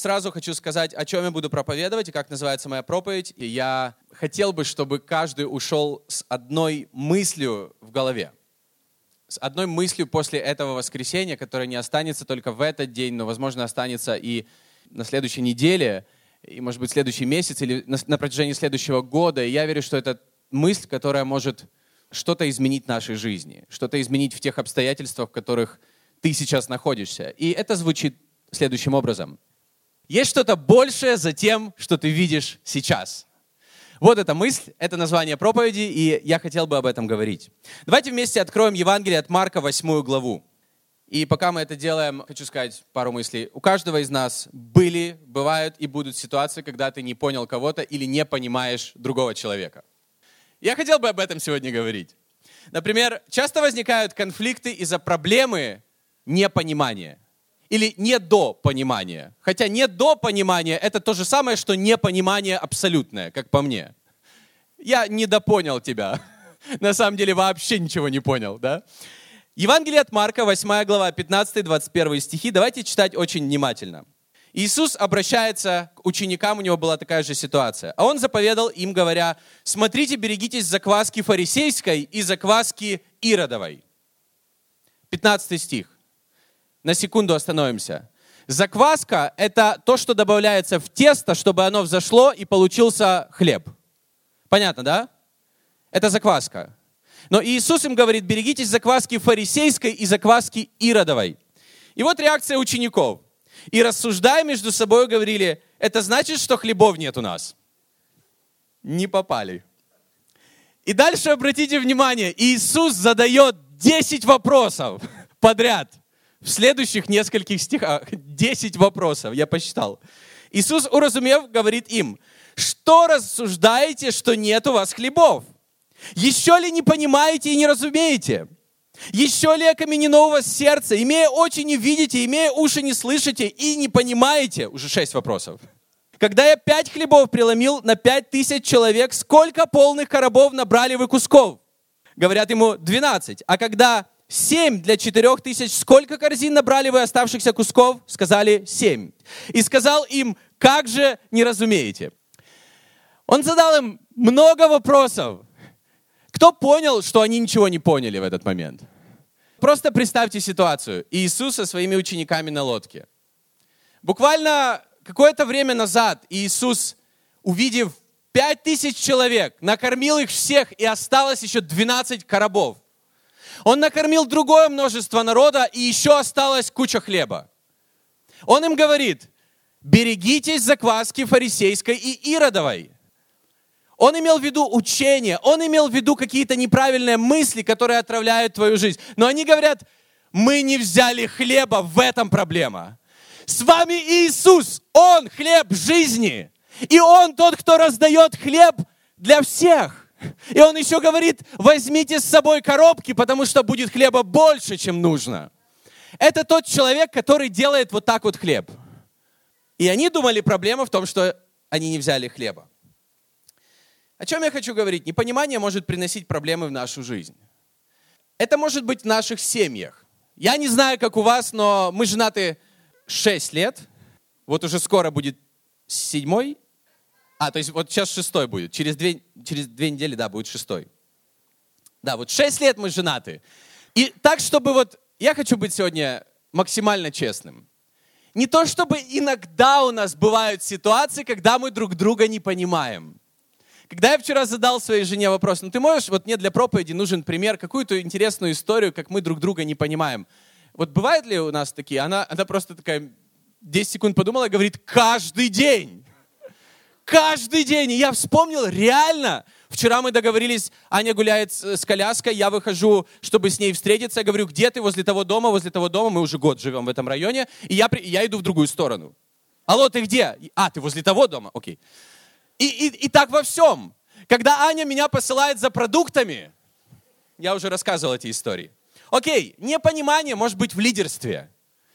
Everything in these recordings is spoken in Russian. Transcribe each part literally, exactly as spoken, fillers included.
сразу хочу сказать, о чем я буду проповедовать и как называется моя проповедь. И я хотел бы, чтобы каждый ушел с одной мыслью в голове. С одной мыслью после этого воскресенья, которая не останется только в этот день, но, возможно, останется и на следующей неделе, и, может быть, следующий месяц или на, на протяжении следующего года. И я верю, что это мысль, которая может что-то изменить в нашей жизни, что-то изменить в тех обстоятельствах, в которых ты сейчас находишься. И это звучит следующим образом. Есть что-то большее за тем, что ты видишь сейчас. Вот эта мысль, это название проповеди, и я хотел бы об этом говорить. Давайте вместе откроем Евангелие от Марка, восьмую главу. И пока мы это делаем, хочу сказать пару мыслей. У каждого из нас были, бывают и будут ситуации, когда ты не понял кого-то или не понимаешь другого человека. Я хотел бы об этом сегодня говорить. Например, часто возникают конфликты из-за проблемы непонимания или недопонимания. Хотя недопонимание — это то же самое, что непонимание абсолютное, как по мне. Я недопонял тебя. На самом деле вообще ничего не понял, да? Евангелие от Марка, восьмая глава, пятнадцатый-двадцать первый стихи. Давайте читать очень внимательно. Иисус обращается к ученикам, у него была такая же ситуация. А он заповедал им, говоря: «Смотрите, берегитесь закваски фарисейской и закваски иродовой». пятнадцатый стих. На секунду остановимся. Закваска — это то, что добавляется в тесто, чтобы оно взошло и получился хлеб. Понятно, да? Это закваска. Но Иисус им говорит: берегитесь закваски фарисейской и закваски иродовой. И вот реакция учеников. И рассуждая между собой, говорили: это значит, что хлебов нет у нас? Не попали. И дальше обратите внимание, Иисус задает десять вопросов подряд. В следующих нескольких стихах десять вопросов, я посчитал. Иисус, уразумев, говорит им: что рассуждаете, что нет у вас хлебов? Еще ли не понимаете и не разумеете? Еще ли окаменено у вас сердце? Имея очи не видите, имея уши не слышите и не понимаете? Уже шесть вопросов. Когда я пять хлебов преломил на пять тысяч человек, сколько полных коробов набрали вы кусков? Говорят ему: двенадцать. А когда семь для четырех тысяч, сколько корзин набрали вы оставшихся кусков? Сказали: семь. И сказал им: как же не разумеете? Он задал им много вопросов. Кто понял, что они ничего не поняли в этот момент? Просто представьте ситуацию. Иисус со своими учениками на лодке. Буквально какое-то время назад Иисус, увидев пять тысяч человек, накормил их всех, и осталось еще двенадцать коробов. Он накормил другое множество народа, и еще осталась куча хлеба. Он им говорит: берегитесь закваски фарисейской и иродовой. Он имел в виду учение, он имел в виду какие-то неправильные мысли, которые отравляют твою жизнь. Но они говорят: мы не взяли хлеба, в этом проблема. С вами Иисус, Он хлеб жизни. И Он тот, кто раздает хлеб для всех. И Он еще говорит: возьмите с собой коробки, потому что будет хлеба больше, чем нужно. Это тот человек, который делает вот так вот хлеб. И они думали, проблема в том, что они не взяли хлеба. О чем я хочу говорить? Непонимание может приносить проблемы в нашу жизнь. Это может быть в наших семьях. Я не знаю, как у вас, но мы женаты шесть лет. Вот уже скоро будет седьмой. А, то есть вот сейчас шестой будет. Через две, через две недели, да, будет шестой. Да, вот шесть лет мы женаты. И так, чтобы вот... Я хочу быть сегодня максимально честным. Не то, чтобы иногда у нас бывают ситуации, когда мы друг друга не понимаем. Когда я вчера задал своей жене вопрос: ну ты можешь, вот мне для проповеди нужен пример, какую-то интересную историю, как мы друг друга не понимаем. Вот бывают ли у нас такие? Она, она просто такая десять секунд подумала и говорит: каждый день. Каждый день. И я вспомнил, реально. Вчера мы договорились, Аня гуляет с, с коляской, я выхожу, чтобы с ней встретиться. Я говорю: где ты? Возле того дома, возле того дома. Мы уже год живем в этом районе. И я, я иду в другую сторону. Алло, ты где? А, ты возле того дома? Окей. И, и, и так во всем. Когда Аня меня посылает за продуктами, я уже рассказывал эти истории. Окей, непонимание может быть в лидерстве.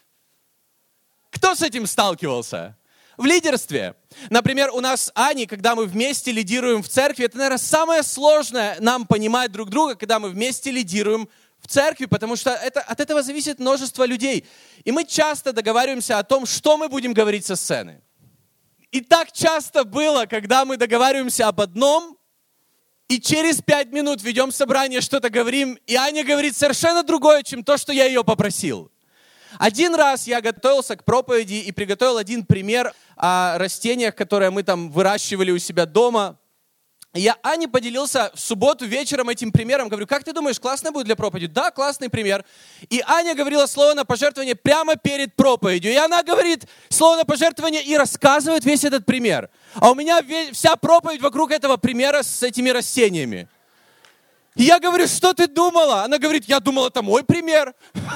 Кто с этим сталкивался? В лидерстве. Например, у нас с Аней, когда мы вместе лидируем в церкви, это, наверное, самое сложное нам понимать друг друга, когда мы вместе лидируем в церкви, потому что это, от этого зависит множество людей. И мы часто договариваемся о том, что мы будем говорить со сцены. И так часто было, когда мы договариваемся об одном, и через пять минут ведем собрание, что-то говорим, и Аня говорит совершенно другое, чем то, что я ее попросил. Один раз я готовился к проповеди и приготовил один пример о растениях, которые мы там выращивали у себя дома. Я Ане поделился в субботу вечером этим примером. Говорю, как ты думаешь, классно будет для проповеди? Да, классный пример. И Аня говорила слово на пожертвование прямо перед проповедью. И она говорит слово на пожертвование и рассказывает весь этот пример. А у меня вся проповедь вокруг этого примера с этими растениями. И я говорю, что ты думала? Она говорит, я думала, это мой пример.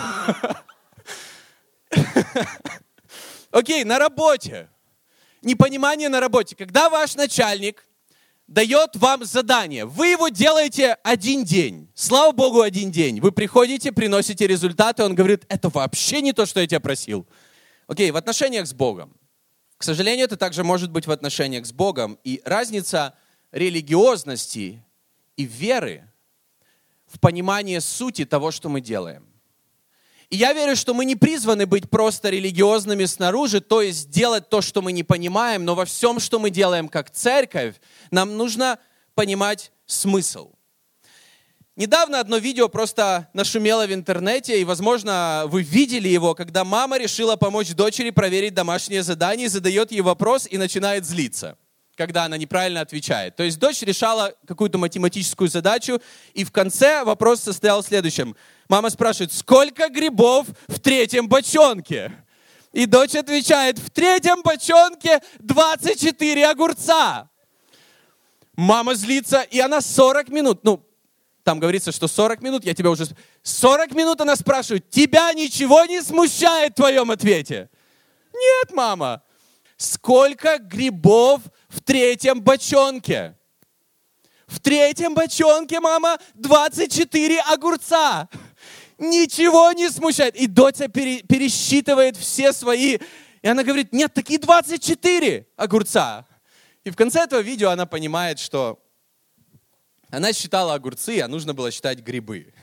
Окей, на работе. Непонимание на работе. Когда ваш начальник дает вам задание, вы его делаете один день. Слава Богу, один день. Вы приходите, приносите результаты, он говорит, это вообще не то, что я тебя просил. Окей, в отношениях с Богом. К сожалению, это также может быть в отношениях с Богом. И разница религиозности и веры в понимании сути того, что мы делаем. И я верю, что мы не призваны быть просто религиозными снаружи, то есть делать то, что мы не понимаем, но во всем, что мы делаем как церковь, нам нужно понимать смысл. Недавно одно видео просто нашумело в интернете, и, возможно, вы видели его, когда мама решила помочь дочери проверить домашнее задание, задает ей вопрос и начинает злиться, когда она неправильно отвечает. То есть дочь решала какую-то математическую задачу, и в конце вопрос состоял в следующем. Мама спрашивает, сколько грибов в третьем бочонке? И дочь отвечает, в третьем бочонке двадцать четыре огурца. Мама злится, и она сорок минут, ну, там говорится, что сорок минут, я тебя уже... сорок минут она спрашивает, тебя ничего не смущает в твоем ответе? Нет, мама. Сколько грибов в третьем бочонке? В третьем бочонке, мама, двадцать четыре огурца. Ничего не смущает. И доча пере, пересчитывает все свои. И она говорит, нет, такие двадцать четыре огурца. И в конце этого видео она понимает, что она считала огурцы, а нужно было считать грибы.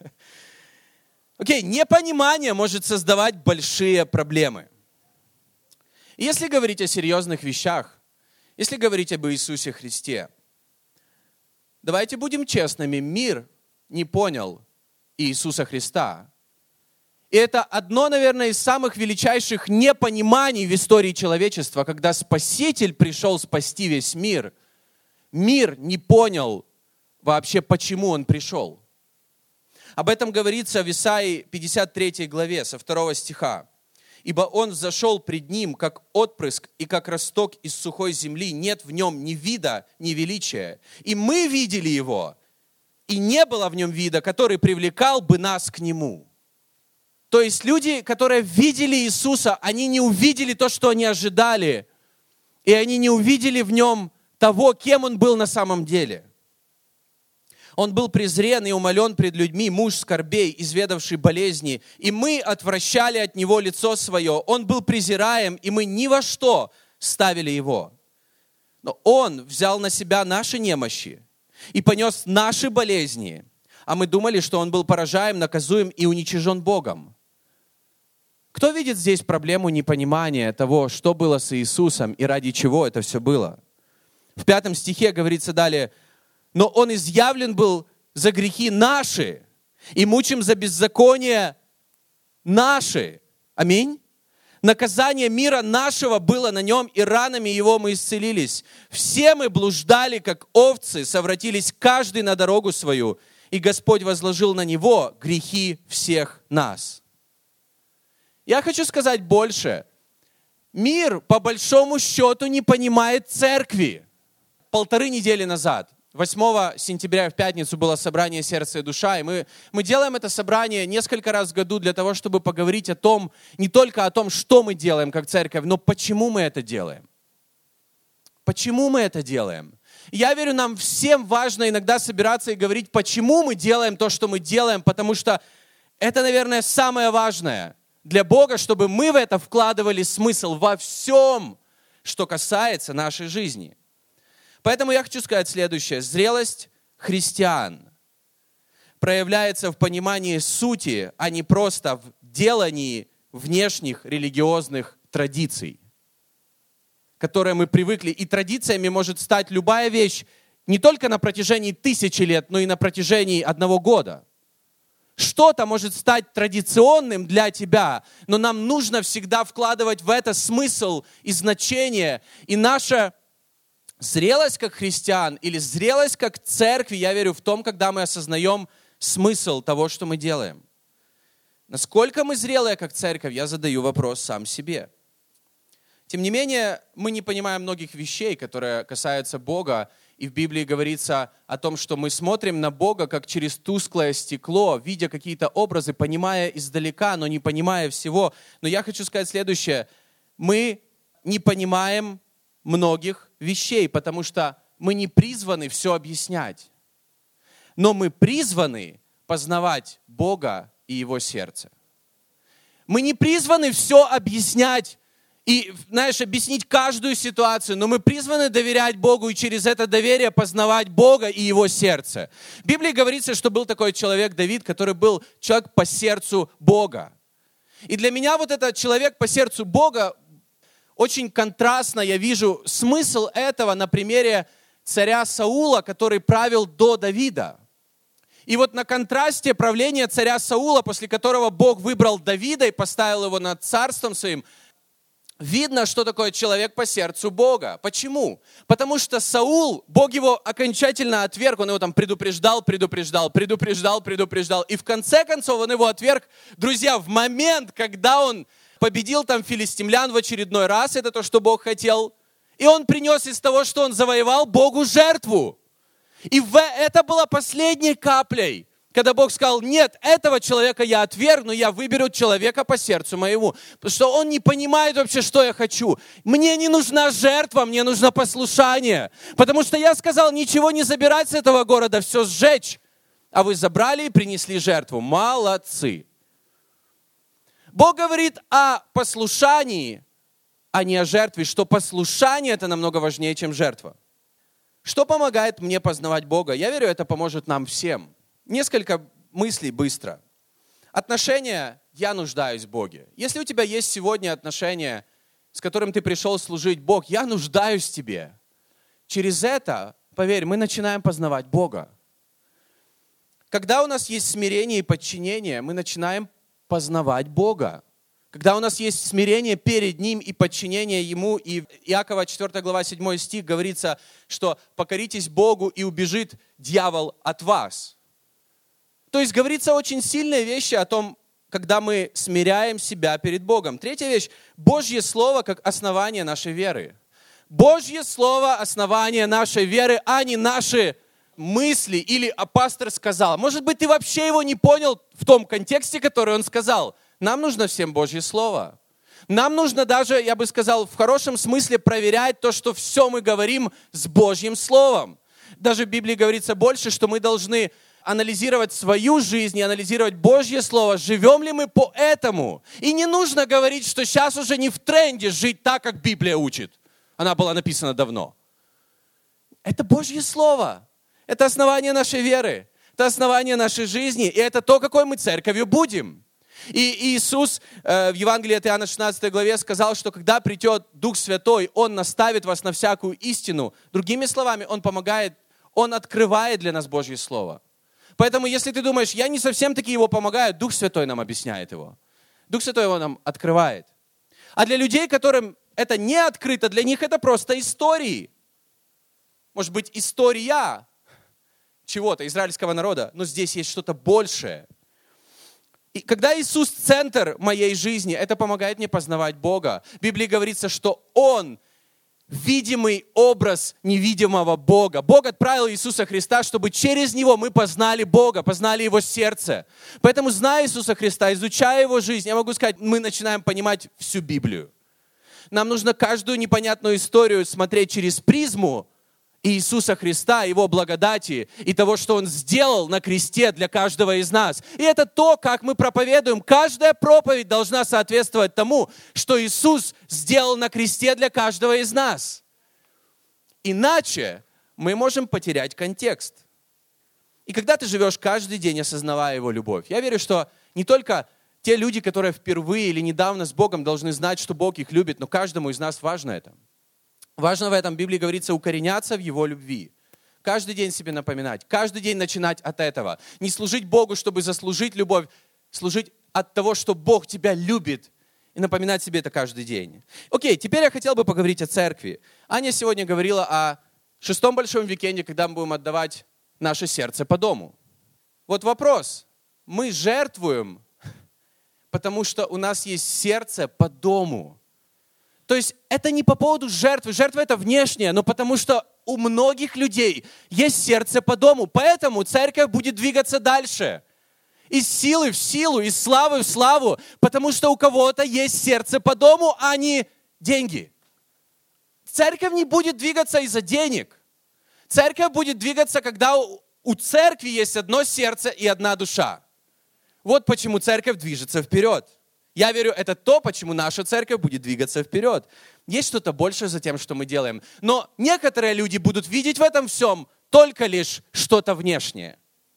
Окей, непонимание может создавать большие проблемы. И если говорить о серьезных вещах, если говорить об Иисусе Христе, давайте будем честными, мир не понял Иисуса Христа. И это одно, наверное, из самых величайших непониманий в истории человечества, когда Спаситель пришел спасти весь мир. Мир не понял вообще, почему Он пришел. Об этом говорится в Исаии пятьдесят третьей главе, со второго стиха. «Ибо Он взошел пред Ним, как отпрыск и как росток из сухой земли, нет в Нем ни вида, ни величия. И мы видели Его, и не было в Нем вида, который привлекал бы нас к Нему». То есть люди, которые видели Иисуса, они не увидели то, что они ожидали, и они не увидели в Нем того, кем Он был на самом деле. Он был презрен и умолен пред людьми, муж скорбей, изведавший болезни, и мы отвращали от Него лицо свое. Он был презираем, и мы ни во что ставили Его. Но Он взял на себя наши немощи и понес наши болезни, а мы думали, что Он был поражаем, наказуем и уничижен Богом. Кто видит здесь проблему непонимания того, что было с Иисусом и ради чего это все было? В пятом стихе говорится далее, «Но Он изъявлен был за грехи наши и мучим за беззаконие наши». Аминь. Наказание мира нашего было на Нем, и ранами Его мы исцелились. Все мы блуждали, как овцы, совратились каждый на дорогу свою, и Господь возложил на Него грехи всех нас. Я хочу сказать больше. Мир, по большому счету, не понимает церкви. Полторы недели назад, восьмого сентября в пятницу, было собрание «Сердце и душа», и мы, мы делаем это собрание несколько раз в году для того, чтобы поговорить о том, не только о том, что мы делаем как церковь, но почему мы это делаем. Почему мы это делаем? Я верю, нам всем важно иногда собираться и говорить, почему мы делаем то, что мы делаем, потому что это, наверное, самое важное для Бога, чтобы мы в это вкладывали смысл во всем, что касается нашей жизни. Поэтому я хочу сказать следующее. Зрелость христиан проявляется в понимании сути, а не просто в делании внешних религиозных традиций, которые мы привыкли. И традициями может стать любая вещь не только на протяжении тысячи лет, но и на протяжении одного года. Что-то может стать традиционным для тебя, но нам нужно всегда вкладывать в это смысл и значение. И наша зрелость как христиан или зрелость как церкви, я верю в том, когда мы осознаем смысл того, что мы делаем. Насколько мы зрелые как церковь, я задаю вопрос сам себе. Тем не менее, мы не понимаем многих вещей, которые касаются Бога. И в Библии говорится о том, что мы смотрим на Бога как через тусклое стекло, видя какие-то образы, понимая издалека, но не понимая всего. Но я хочу сказать следующее. Мы не понимаем многих вещей, потому что мы не призваны все объяснять. Но мы призваны познавать Бога и Его сердце. Мы не призваны все объяснять и, знаешь, объяснить каждую ситуацию, но мы призваны доверять Богу и через это доверие познавать Бога и Его сердце. В Библии говорится, что был такой человек Давид, который был человек по сердцу Бога. И для меня вот этот человек по сердцу Бога очень контрастно я вижу смысл этого на примере царя Саула, который правил до Давида. И вот на контрасте правления царя Саула, после которого Бог выбрал Давида и поставил его над царством своим, видно, что такое человек по сердцу Бога. Почему? Потому что Саул, Бог его окончательно отверг, он его там предупреждал, предупреждал, предупреждал, предупреждал. И в конце концов он его отверг, друзья, в момент, когда он победил там филистимлян в очередной раз, это то, что Бог хотел, и он принес из того, что он завоевал, Богу жертву. И это было последней каплей, когда Бог сказал, нет, этого человека я отвергну, я выберу человека по сердцу моему. Потому что он не понимает вообще, что я хочу. Мне не нужна жертва, мне нужно послушание. Потому что я сказал, ничего не забирать с этого города, все сжечь. А вы забрали и принесли жертву. Молодцы. Бог говорит о послушании, а не о жертве, что послушание это намного важнее, чем жертва. Что помогает мне познавать Бога? Я верю, это поможет нам всем. Несколько мыслей быстро. Отношения, я нуждаюсь в Боге. Если у тебя есть сегодня отношения, с которым ты пришел служить Бог, я нуждаюсь в тебе. Через это, поверь, мы начинаем познавать Бога. Когда у нас есть смирение и подчинение, мы начинаем познавать Бога. Когда у нас есть смирение перед Ним и подчинение Ему, и Иакова четвёртая глава седьмой стих говорится, что покоритесь Богу и убежит дьявол от вас. То есть говорится очень сильные вещи о том, когда мы смиряем себя перед Богом. Третья вещь. Божье Слово как основание нашей веры. Божье Слово основание нашей веры, а не наши мысли или а пастор сказал. Может быть, ты вообще его не понял в том контексте, который он сказал. Нам нужно всем Божье Слово. Нам нужно даже, я бы сказал, в хорошем смысле проверять то, что все мы говорим с Божьим Словом. Даже в Библии говорится больше, что мы должны анализировать свою жизнь и анализировать Божье Слово, живем ли мы по этому. И не нужно говорить, что сейчас уже не в тренде жить так, как Библия учит. Она была написана давно. Это Божье Слово. Это основание нашей веры. Это основание нашей жизни. И это то, какой мы церковью будем. И Иисус э, в Евангелии от Иоанна шестнадцатой главе сказал, что когда придет Дух Святой, Он наставит вас на всякую истину. Другими словами, Он помогает, Он открывает для нас Божье Слово. Поэтому, если ты думаешь, я не совсем таки его помогаю, Дух Святой нам объясняет его. Дух Святой его нам открывает. А для людей, которым это не открыто, для них это просто истории. Может быть, история чего-то, израильского народа, но здесь есть что-то большее. И когда Иисус центр моей жизни, это помогает мне познавать Бога. В Библии говорится, что Он видимый образ невидимого Бога. Бог отправил Иисуса Христа, чтобы через Него мы познали Бога, познали Его сердце. Поэтому, зная Иисуса Христа, изучая Его жизнь, я могу сказать, мы начинаем понимать всю Библию. Нам нужно каждую непонятную историю смотреть через призму Иисуса Христа, Его благодати и того, что Он сделал на кресте для каждого из нас. И это то, как мы проповедуем. Каждая проповедь должна соответствовать тому, что Иисус сделал на кресте для каждого из нас. Иначе мы можем потерять контекст. И когда ты живешь каждый день, осознавая Его любовь, я верю, что не только те люди, которые впервые или недавно с Богом, должны знать, что Бог их любит, но каждому из нас важно это. Важно в этом, в Библии говорится, укореняться в Его любви. Каждый день себе напоминать, каждый день начинать от этого. Не служить Богу, чтобы заслужить любовь, служить от того, что Бог тебя любит, и напоминать себе это каждый день. Окей, теперь я хотел бы поговорить о церкви. Аня сегодня говорила о шестом большом викенде, когда мы будем отдавать наше сердце по дому. Вот вопрос. Мы жертвуем, потому что у нас есть сердце по дому. То есть это не по поводу жертвы. Жертва это внешняя, но потому что у многих людей есть сердце по дому. Поэтому церковь будет двигаться дальше. Из силы в силу, из славы в славу. Потому что у кого-то есть сердце по дому, а не деньги. Церковь не будет двигаться из-за денег. Церковь будет двигаться, когда у, у церкви есть одно сердце и одна душа. Вот почему церковь движется вперед. Я верю, это то, почему наша церковь будет двигаться вперед. Есть что-то большее за тем, что мы делаем. Но некоторые люди будут видеть в этом всем только лишь что-то внешнее.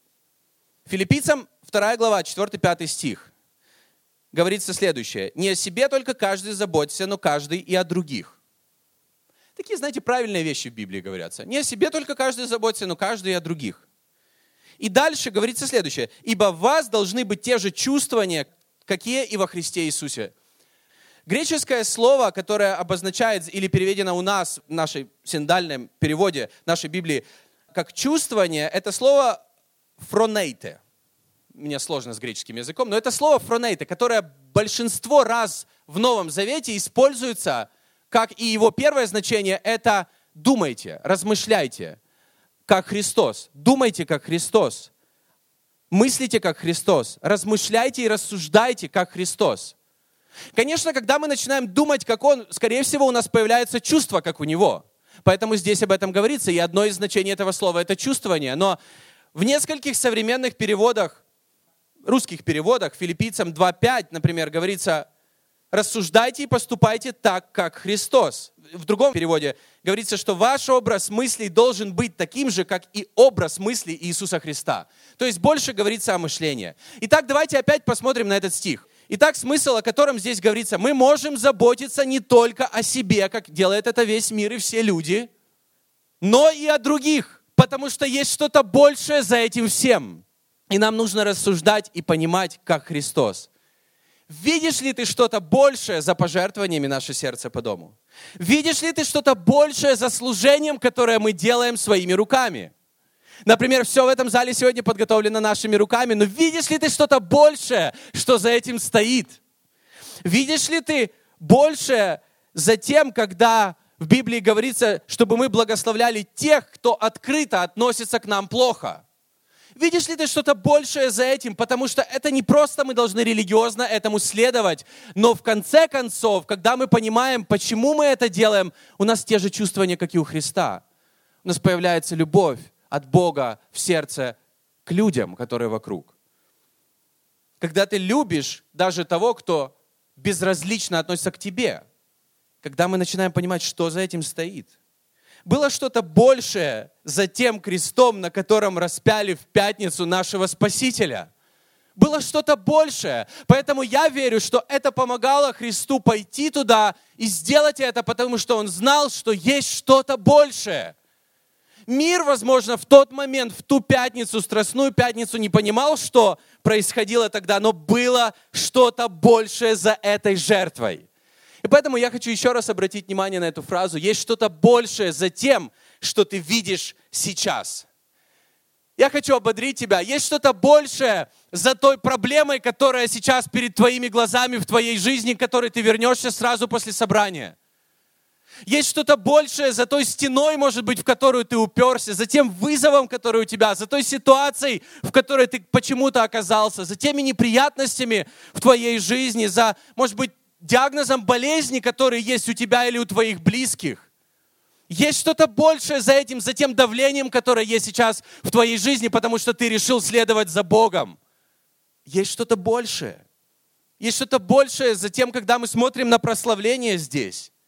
Филиппийцам вторая глава, четвёртый-пятый стих. Говорится следующее. «Не о себе только каждый заботится, но каждый и о других». Такие, знаете, правильные вещи в Библии говорятся. Не о себе только каждый заботится, но каждый и о других. И дальше говорится следующее. «Ибо в вас должны быть те же чувствования, какие и во Христе Иисусе». Греческое слово, которое обозначает или переведено у нас в нашей синодальном переводе нашей Библии как чувствование, это слово «фронейте». Мне сложно с греческим языком, но это слово «фронейте», которое большинство раз в Новом Завете используется, как и его первое значение, это «думайте», «размышляйте», как Христос. Думайте, как Христос. Мыслите, как Христос. Размышляйте и рассуждайте, как Христос. Конечно, когда мы начинаем думать, как Он, скорее всего, у нас появляется чувство, как у Него. Поэтому здесь об этом говорится. И одно из значений этого слова – это чувствование. Но в нескольких современных переводах, русских переводах, Филиппийцам два пять, например, говорится «рассуждайте и поступайте так, как Христос». В другом переводе говорится, что ваш образ мыслей должен быть таким же, как и образ мыслей Иисуса Христа. То есть больше говорится о мышлении. Итак, давайте опять посмотрим на этот стих. Итак, смысл, о котором здесь говорится, мы можем заботиться не только о себе, как делает это весь мир и все люди, но и о других, потому что есть что-то большее за этим всем. И нам нужно рассуждать и понимать, как Христос. Видишь ли ты что-то большее за пожертвованиями наше сердце по дому? Видишь ли ты что-то большее за служением, которое мы делаем своими руками? Например, все в этом зале сегодня подготовлено нашими руками, но видишь ли ты что-то большее, что за этим стоит? Видишь ли ты большее за тем, когда в Библии говорится, чтобы мы благословляли тех, кто открыто относится к нам плохо? Видишь ли ты что-то большее за этим? Потому что это не просто мы должны религиозно этому следовать, но в конце концов, когда мы понимаем, почему мы это делаем, у нас те же чувствования, как и у Христа. У нас появляется любовь от Бога в сердце к людям, которые вокруг. Когда ты любишь даже того, кто безразлично относится к тебе, когда мы начинаем понимать, что за этим стоит. Было что-то большее за тем крестом, на котором распяли в пятницу нашего Спасителя. Было что-то большее. Поэтому я верю, что это помогало Христу пойти туда и сделать это, потому что Он знал, что есть что-то большее. Мир, возможно, в тот момент, в ту пятницу, Страстную пятницу, не понимал, что происходило тогда, но было что-то большее за этой жертвой. И поэтому я хочу еще раз обратить внимание на эту фразу. Есть что-то большее за тем, что ты видишь сейчас. Я хочу ободрить тебя. Есть что-то большее за той проблемой, которая сейчас перед твоими глазами в твоей жизни, к которой ты вернешься сразу после собрания. Есть что-то большее за той стеной, может быть, в которую ты уперся, за тем вызовом, который у тебя, за той ситуацией, в которой ты почему-то оказался, за теми неприятностями в твоей жизни, за, может быть, диагнозом болезни, который есть у тебя или у твоих близких. Есть что-то большее за этим, за тем давлением, которое есть сейчас в твоей жизни, потому что ты решил следовать за Богом. Есть что-то большее. Есть что-то большее за тем, когда мы смотрим на прославление здесь.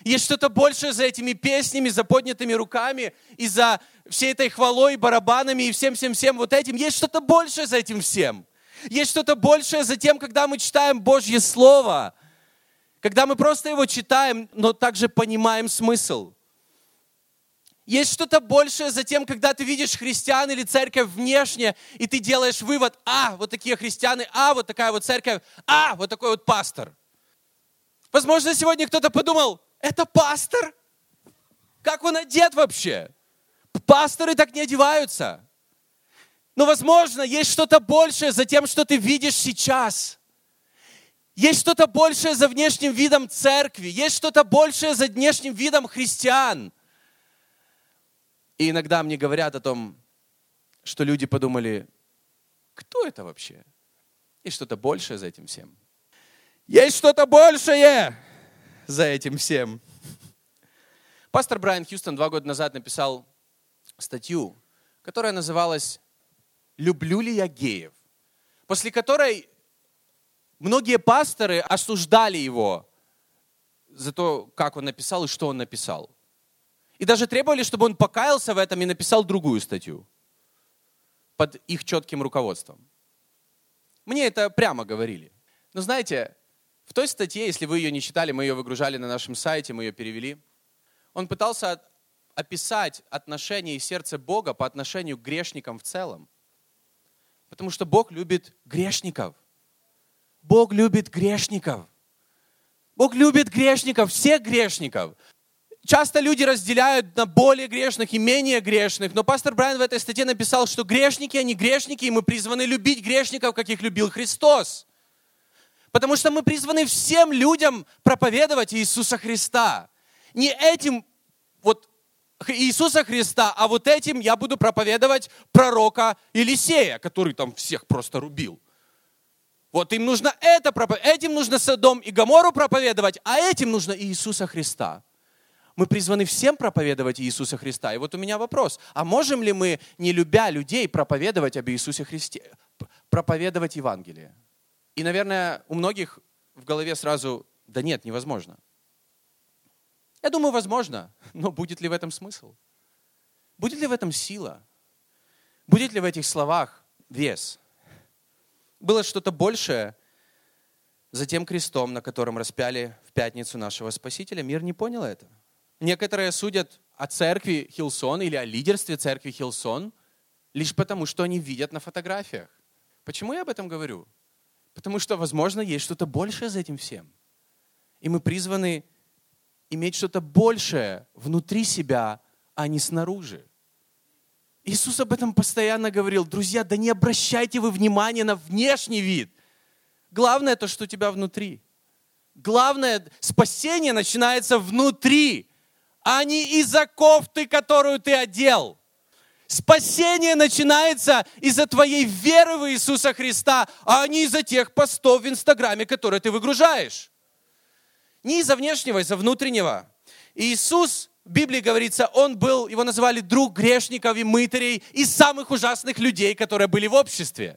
Есть что-то большее за этими песнями, за поднятыми руками и за всей этой хвалой, барабанами и всем-всем-всем вот этим. Есть что-то большее за этим всем. Есть что-то большее за тем, когда мы читаем Божье Слово, когда мы просто его читаем, но также понимаем смысл. Есть что-то большее за тем, когда ты видишь христиан или церковь внешне, и ты делаешь вывод: а, вот такие христиане, а, вот такая вот церковь, а, вот такой вот пастор. Возможно, сегодня кто-то подумал: это пастор? Как он одет вообще? Пасторы так не одеваются. Но, возможно, есть что-то большее за тем, что ты видишь сейчас. Есть что-то большее за внешним видом церкви. Есть что-то большее за внешним видом христиан. И иногда мне говорят о том, что люди подумали: кто это вообще? Есть что-то большее за этим всем. Есть что-то большее за этим всем. Пастор Брайан Хьюстон два года назад написал статью, которая называлась «Люблю ли я геев?», после которой многие пасторы осуждали его за то, как он написал и что он написал. И даже требовали, чтобы он покаялся в этом и написал другую статью под их четким руководством. Мне это прямо говорили. Но знаете, в той статье, если вы ее не читали, мы ее выгружали на нашем сайте, мы ее перевели, он пытался описать отношение и сердце Бога по отношению к грешникам в целом. Потому что Бог любит грешников. Бог любит грешников. Бог любит грешников, всех грешников. Часто люди разделяют на более грешных и менее грешных, но пастор Брайан в этой статье написал, что грешники, они грешники, и мы призваны любить грешников, как их любил Христос. Потому что мы призваны всем людям проповедовать Иисуса Христа. Не этим вот Иисуса Христа, а вот этим я буду проповедовать пророка Елисея, который там всех просто рубил. Вот им нужно это проповедовать, этим нужно Содом и Гоморру проповедовать, а этим нужно Иисуса Христа. Мы призваны всем проповедовать Иисуса Христа. И вот у меня вопрос: а можем ли мы, не любя людей, проповедовать об Иисусе Христе, проповедовать Евангелие? И, наверное, у многих в голове сразу: да нет, невозможно. Я думаю, возможно, но будет ли в этом смысл? Будет ли в этом сила? Будет ли в этих словах вес? Было что-то большее за тем крестом, на котором распяли в пятницу нашего Спасителя. Мир не понял это. Некоторые судят о церкви Хиллсон или о лидерстве церкви Хиллсон лишь потому, что они видят на фотографиях. Почему я об этом говорю? Потому что, возможно, есть что-то большее за этим всем. И мы призваны иметь что-то большее внутри себя, а не снаружи. Иисус об этом постоянно говорил: друзья, да не обращайте вы внимания на внешний вид. Главное то, что у тебя внутри. Главное, спасение начинается внутри, а не из-за кофты, которую ты одел. Спасение начинается из-за твоей веры в Иисуса Христа, а не из-за тех постов в Инстаграме, которые ты выгружаешь. Не из-за внешнего, из-за внутреннего. Иисус, в Библии говорится, Он был, его называли друг грешников и мытарей, и самых ужасных людей, которые были в обществе.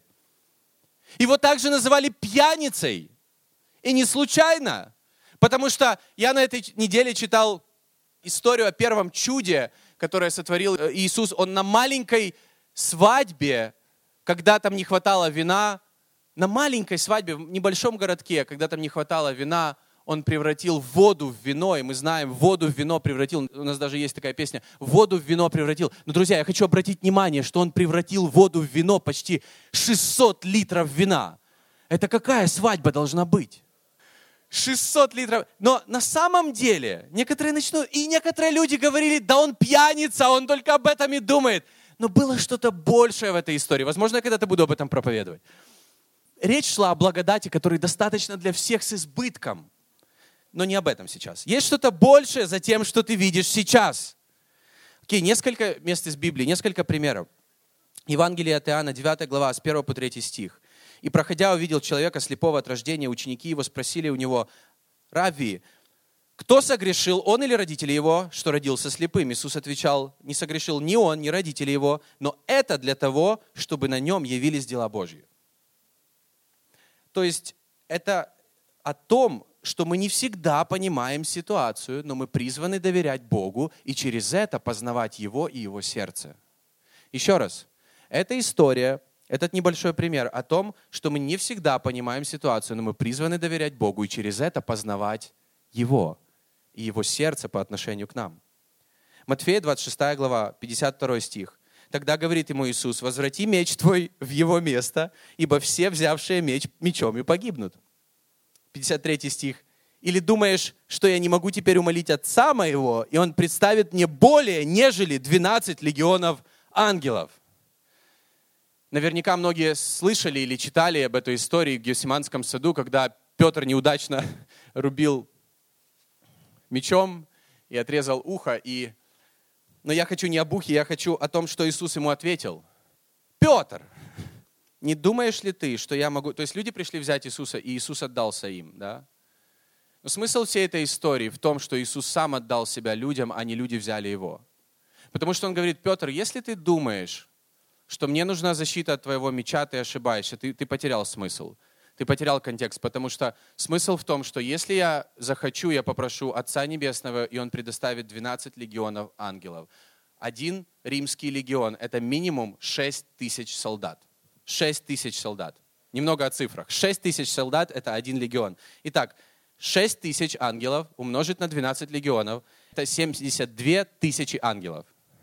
Его также называли пьяницей. И не случайно, потому что я на этой неделе читал историю о первом чуде, которое сотворил Иисус. Он на маленькой свадьбе, когда там не хватало вина, на маленькой свадьбе в небольшом городке, когда там не хватало вина, Он превратил воду в вино, и мы знаем, воду в вино превратил. У нас даже есть такая песня: воду в вино превратил. Но, друзья, я хочу обратить внимание, что Он превратил воду в вино, почти шестьсот литров вина. Это какая свадьба должна быть? шестьсот литров. Но на самом деле, некоторые начнут, и некоторые люди говорили: да он пьяница, он только об этом и думает. Но было что-то большее в этой истории. Возможно, я когда-то буду об этом проповедовать. Речь шла о благодати, которой достаточно для всех с избытком. Но не об этом сейчас. Есть что-то большее за тем, что ты видишь сейчас. Окей, несколько мест из Библии, несколько примеров. Евангелие от Иоанна, девятая глава, с первого по третий стих. «И, проходя, увидел человека слепого от рождения. Ученики его спросили у него: Равви, кто согрешил, он или родители его, что родился слепым?» Иисус отвечал: не согрешил ни он, ни родители его, но это для того, чтобы на нем явились дела Божьи. То есть это о том, что мы не всегда понимаем ситуацию, но мы призваны доверять Богу и через это познавать Его и Его сердце. Еще раз, эта история, этот небольшой пример о том, что мы не всегда понимаем ситуацию, но мы призваны доверять Богу и через это познавать Его и Его сердце по отношению к нам. Матфея двадцать шестая глава, пятьдесят второй стих. Тогда говорит ему Иисус: «Возврати меч твой в его место, ибо все, взявшие меч, мечом и погибнут». пятьдесят третий стих. «Или думаешь, что я не могу теперь умолить Отца моего, и Он представит мне более, нежели двенадцать легионов ангелов?» Наверняка многие слышали или читали об этой истории в Гефсиманском саду, когда Петр неудачно рубил мечом и отрезал ухо. И... Но я хочу не об ухе, я хочу о том, что Иисус ему ответил. «Петр, не думаешь ли ты, что я могу...» То есть люди пришли взять Иисуса, и Иисус отдался им, да? Но смысл всей этой истории в том, что Иисус сам отдал себя людям, а не люди взяли Его. Потому что Он говорит: «Петр, если ты думаешь, что мне нужна защита от твоего меча, ты ошибаешься, ты, ты потерял смысл, ты потерял контекст, потому что смысл в том, что если я захочу, я попрошу Отца Небесного, и Он предоставит двенадцать легионов ангелов. Один римский легион – это минимум шесть тысяч солдат. шесть тысяч солдат. Немного о цифрах. шесть тысяч солдат – это один легион. Итак, шесть тысяч ангелов умножить на двенадцать легионов – это семьдесят две тысячи ангелов.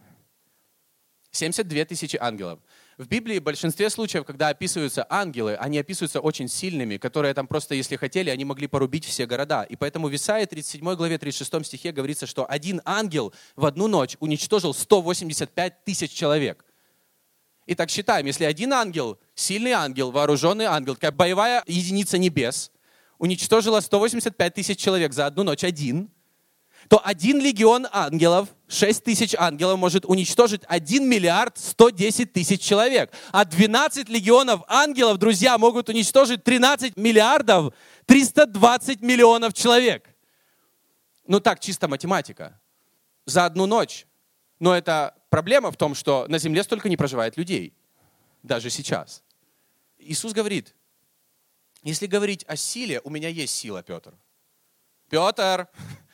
семьдесят две тысячи ангелов. В Библии в большинстве случаев, когда описываются ангелы, они описываются очень сильными, которые там просто, если хотели, они могли порубить все города. И поэтому в Исаии тридцать седьмой главе тридцать шестом стихе говорится, что один ангел в одну ночь уничтожил сто восемьдесят пять тысяч человек. Итак, считаем, если один ангел, сильный ангел, вооруженный ангел, такая боевая единица небес, уничтожила сто восемьдесят пять тысяч человек за одну ночь один, то один легион ангелов, шесть тысяч ангелов может уничтожить один миллиард сто десять тысяч человек. А двенадцать легионов ангелов, друзья, могут уничтожить тринадцать миллиардов триста двадцать миллионов человек. Ну так, чисто математика. За одну ночь. Но это проблема в том, что на земле столько не проживает людей. Даже сейчас. Иисус говорит: если говорить о силе, у меня есть сила, Петр. Петр!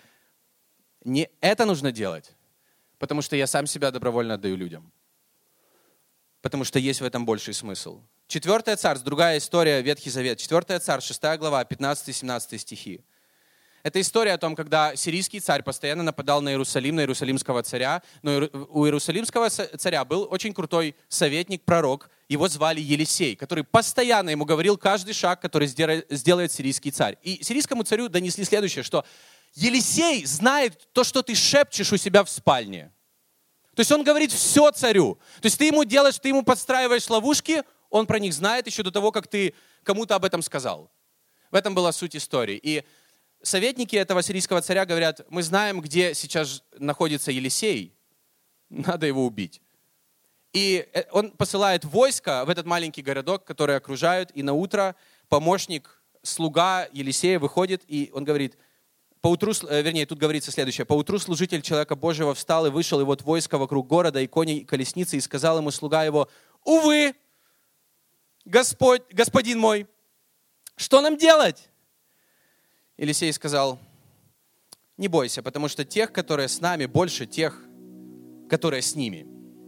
Не это нужно делать, потому что я сам себя добровольно отдаю людям. Потому что есть в этом больший смысл. Четвертое царство, другая история, Ветхий Завет. Четвертое царство, шестая глава, пятнадцатый-семнадцатый стихи. Это история о том, когда сирийский царь постоянно нападал на Иерусалим, на иерусалимского царя. Но у иерусалимского царя был очень крутой советник, пророк. Его звали Елисей, который постоянно ему говорил каждый шаг, который сделает сирийский царь. И сирийскому царю донесли следующее, что Елисей знает то, что ты шепчешь у себя в спальне. То есть он говорит все царю. То есть ты ему делаешь, ты ему подстраиваешь ловушки, он про них знает еще до того, как ты кому-то об этом сказал. В этом была суть истории. И советники этого сирийского царя говорят: мы знаем, где сейчас находится Елисей, надо его убить. И он посылает войско в этот маленький городок, который окружают, и на утро помощник, слуга Елисея выходит, и он говорит: Поутру, вернее, тут говорится следующее. «Поутру служитель человека Божьего встал и вышел, и вот войско вокруг города, и кони, и колесницы, и сказал ему слуга его: увы, Господь, господин мой, что нам делать?» Елисей сказал: не бойся, потому что тех, которые с нами, больше тех, которые с ними.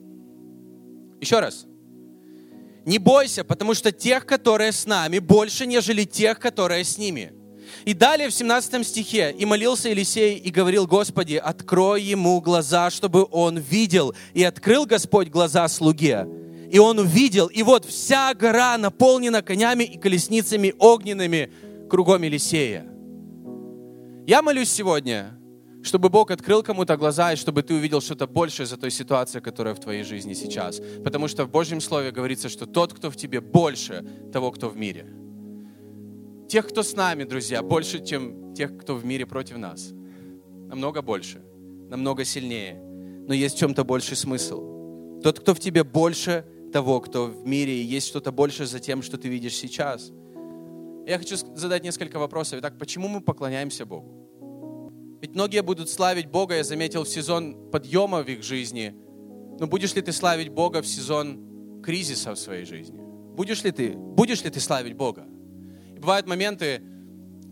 Еще раз. Не бойся, потому что тех, которые с нами, больше, нежели тех, которые с ними. И далее в семнадцатом стихе: «И молился Елисей и говорил: Господи, открой ему глаза, чтобы он видел. И открыл Господь глаза слуге. И он увидел, и вот вся гора наполнена конями и колесницами огненными кругом Елисея». Я молюсь сегодня, чтобы Бог открыл кому-то глаза, и чтобы ты увидел что-то большее за той ситуацией, которая в твоей жизни сейчас. Потому что в Божьем Слове говорится, что тот, кто в тебе, больше того, кто в мире. Тех, кто с нами, друзья, больше, чем тех, кто в мире против нас. Намного больше, намного сильнее. Но есть в чем-то больший смысл. Тот, кто в тебе, больше того, кто в мире, и есть что-то большее за тем, что ты видишь сейчас. Я хочу задать несколько вопросов. Итак, почему мы поклоняемся Богу? Ведь многие будут славить Бога, я заметил, в сезон подъема в их жизни. Но будешь ли ты славить Бога в сезон кризиса в своей жизни? Будешь ли ты, будешь ли ты славить Бога? Бывают моменты,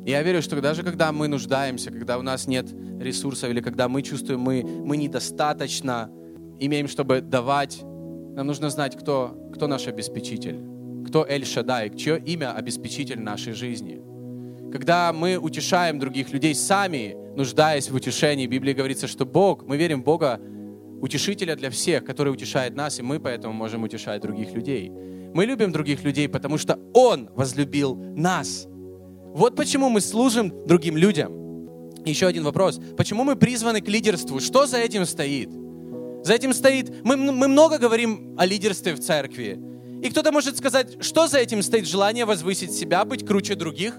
И я верю, что даже когда мы нуждаемся, когда у нас нет ресурсов, или когда мы чувствуем, мы, мы недостаточно имеем, чтобы давать, нам нужно знать, кто, кто наш обеспечитель, кто Эль-Шадай, чье имя обеспечитель нашей жизни. Когда мы утешаем других людей сами, нуждаясь в утешении, в Библии говорится, что Бог, мы верим в Бога, утешителя для всех, который утешает нас, и мы поэтому можем утешать других людей. Мы любим других людей, потому что Он возлюбил нас. Вот почему мы служим другим людям. Еще один вопрос. Почему мы призваны к лидерству? Что за этим стоит? За этим стоит... Мы, мы много говорим о лидерстве в церкви. И кто-то может сказать, что за этим стоит желание возвысить себя, быть круче других?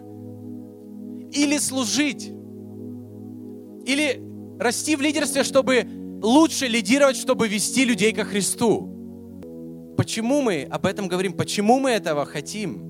Или служить? Или расти в лидерстве, чтобы лучше лидировать, чтобы вести людей ко Христу? Почему мы об этом говорим? Почему мы этого хотим?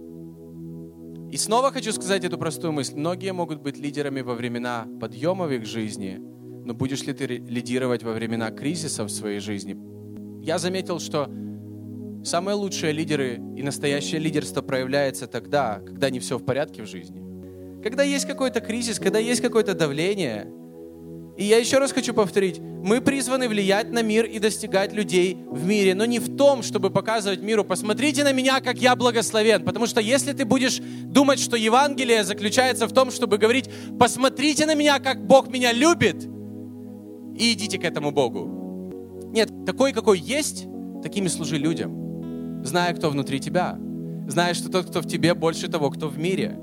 И снова хочу сказать эту простую мысль. Многие могут быть лидерами во времена подъема в их жизни, но будешь ли ты лидировать во времена кризиса в своей жизни? Я заметил, что самые лучшие лидеры и настоящее лидерство проявляется тогда, когда не все в порядке в жизни. Когда есть какой-то кризис, когда есть какое-то давление. И я еще раз хочу повторить, мы призваны влиять на мир и достигать людей в мире, но не в том, чтобы показывать миру, посмотрите на меня, как я благословен. Потому что если ты будешь думать, что Евангелие заключается в том, чтобы говорить, посмотрите на меня, как Бог меня любит, и идите к этому Богу. Нет, такой, какой есть, такими служи людям, зная, кто внутри тебя, зная, что тот, кто в тебе, больше того, кто в мире.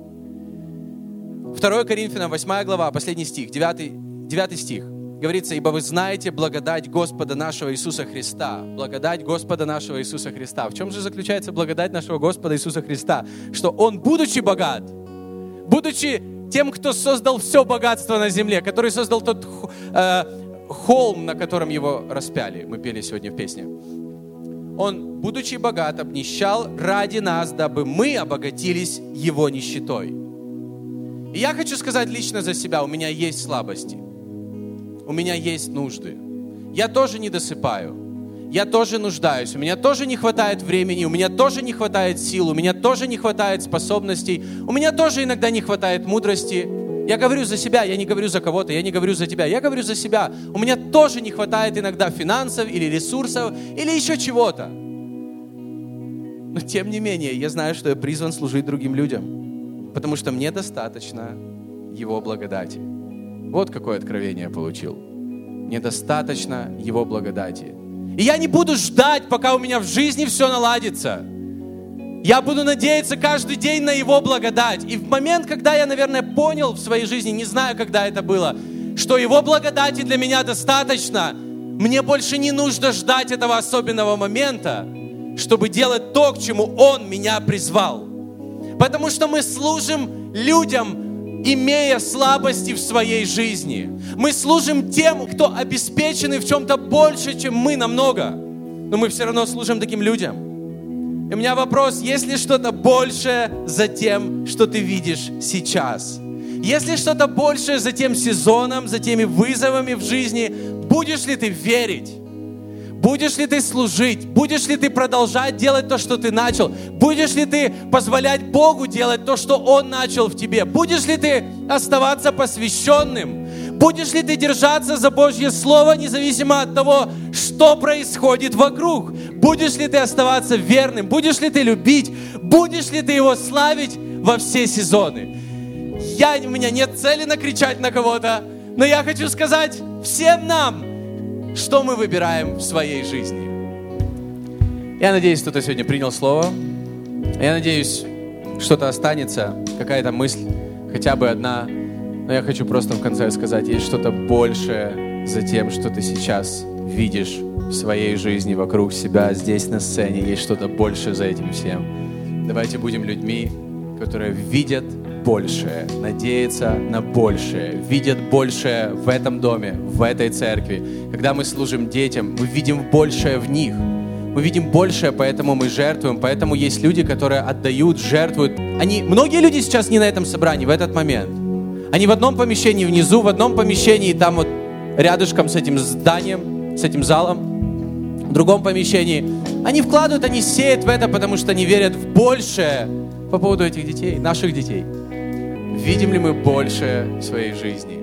второе Коринфянам, восьмая глава, последний стих, девятый, девятый стих. Говорится, ибо вы знаете благодать Господа нашего Иисуса Христа. Благодать Господа нашего Иисуса Христа. В чем же заключается благодать нашего Господа Иисуса Христа? Что Он, будучи богат, будучи тем, кто создал все богатство на земле, который создал тот э, холм, на котором Его распяли. Мы пели сегодня в песне. Он, будучи богат, обнищал ради нас, дабы мы обогатились Его нищетой. И я хочу сказать лично за себя, у меня есть слабости. У меня есть нужды. Я тоже не досыпаю. Я тоже нуждаюсь. У меня тоже не хватает времени. У меня тоже не хватает сил. У меня тоже не хватает способностей. У меня тоже иногда не хватает мудрости. Я говорю за себя, я не говорю за кого-то. Я не говорю за тебя, я говорю за себя. У меня тоже не хватает иногда финансов или ресурсов, или еще чего-то. Но тем не менее, я знаю, что я призван служить другим людям. Потому что мне достаточно Его благодати. Вот какое откровение я получил. Мне достаточно Его благодати. И я не буду ждать, пока у меня в жизни все наладится. Я буду надеяться каждый день на Его благодать. И в момент, когда я, наверное, понял в своей жизни, не знаю, когда это было, что Его благодати для меня достаточно, мне больше не нужно ждать этого особенного момента, чтобы делать то, к чему Он меня призвал. Потому что мы служим людям, имея слабости в своей жизни. Мы служим тем, кто обеспечены в чем-то больше, чем мы намного. Но мы все равно служим таким людям. И у меня вопрос, есть ли что-то большее за тем, что ты видишь сейчас? Есть ли что-то большее за тем сезоном, за теми вызовами в жизни? Будешь ли ты верить? Будешь ли ты служить? Будешь ли ты продолжать делать то, что ты начал? Будешь ли ты позволять Богу делать то, что Он начал в тебе? Будешь ли ты оставаться посвященным? Будешь ли ты держаться за Божье Слово, независимо от того, что происходит вокруг? Будешь ли ты оставаться верным? Будешь ли ты любить? Будешь ли ты Его славить во все сезоны? Я, у меня нет цели накричать на кого-то, но я хочу сказать всем нам, что мы выбираем в своей жизни. Я надеюсь, кто-то сегодня принял слово. Я надеюсь, что-то останется, какая-то мысль, хотя бы одна. Но я хочу просто в конце сказать, есть что-то большее за тем, что ты сейчас видишь в своей жизни, вокруг себя, здесь на сцене. Есть что-то большее за этим всем. Давайте будем людьми, которые видят большее, надеются на большее, видят большее в этом доме, в этой церкви. Когда мы служим детям, мы видим большее в них. Мы видим большее, поэтому мы жертвуем. Поэтому есть люди, которые отдают, жертвуют. Они, многие люди сейчас не на этом собрании, в этот момент. Они в одном помещении внизу, в одном помещении там вот рядышком с этим зданием, с этим залом, в другом помещении. Они вкладывают, они сеют в это, потому что они верят в большее по поводу этих детей, наших детей. Видим ли мы большее в своей жизни?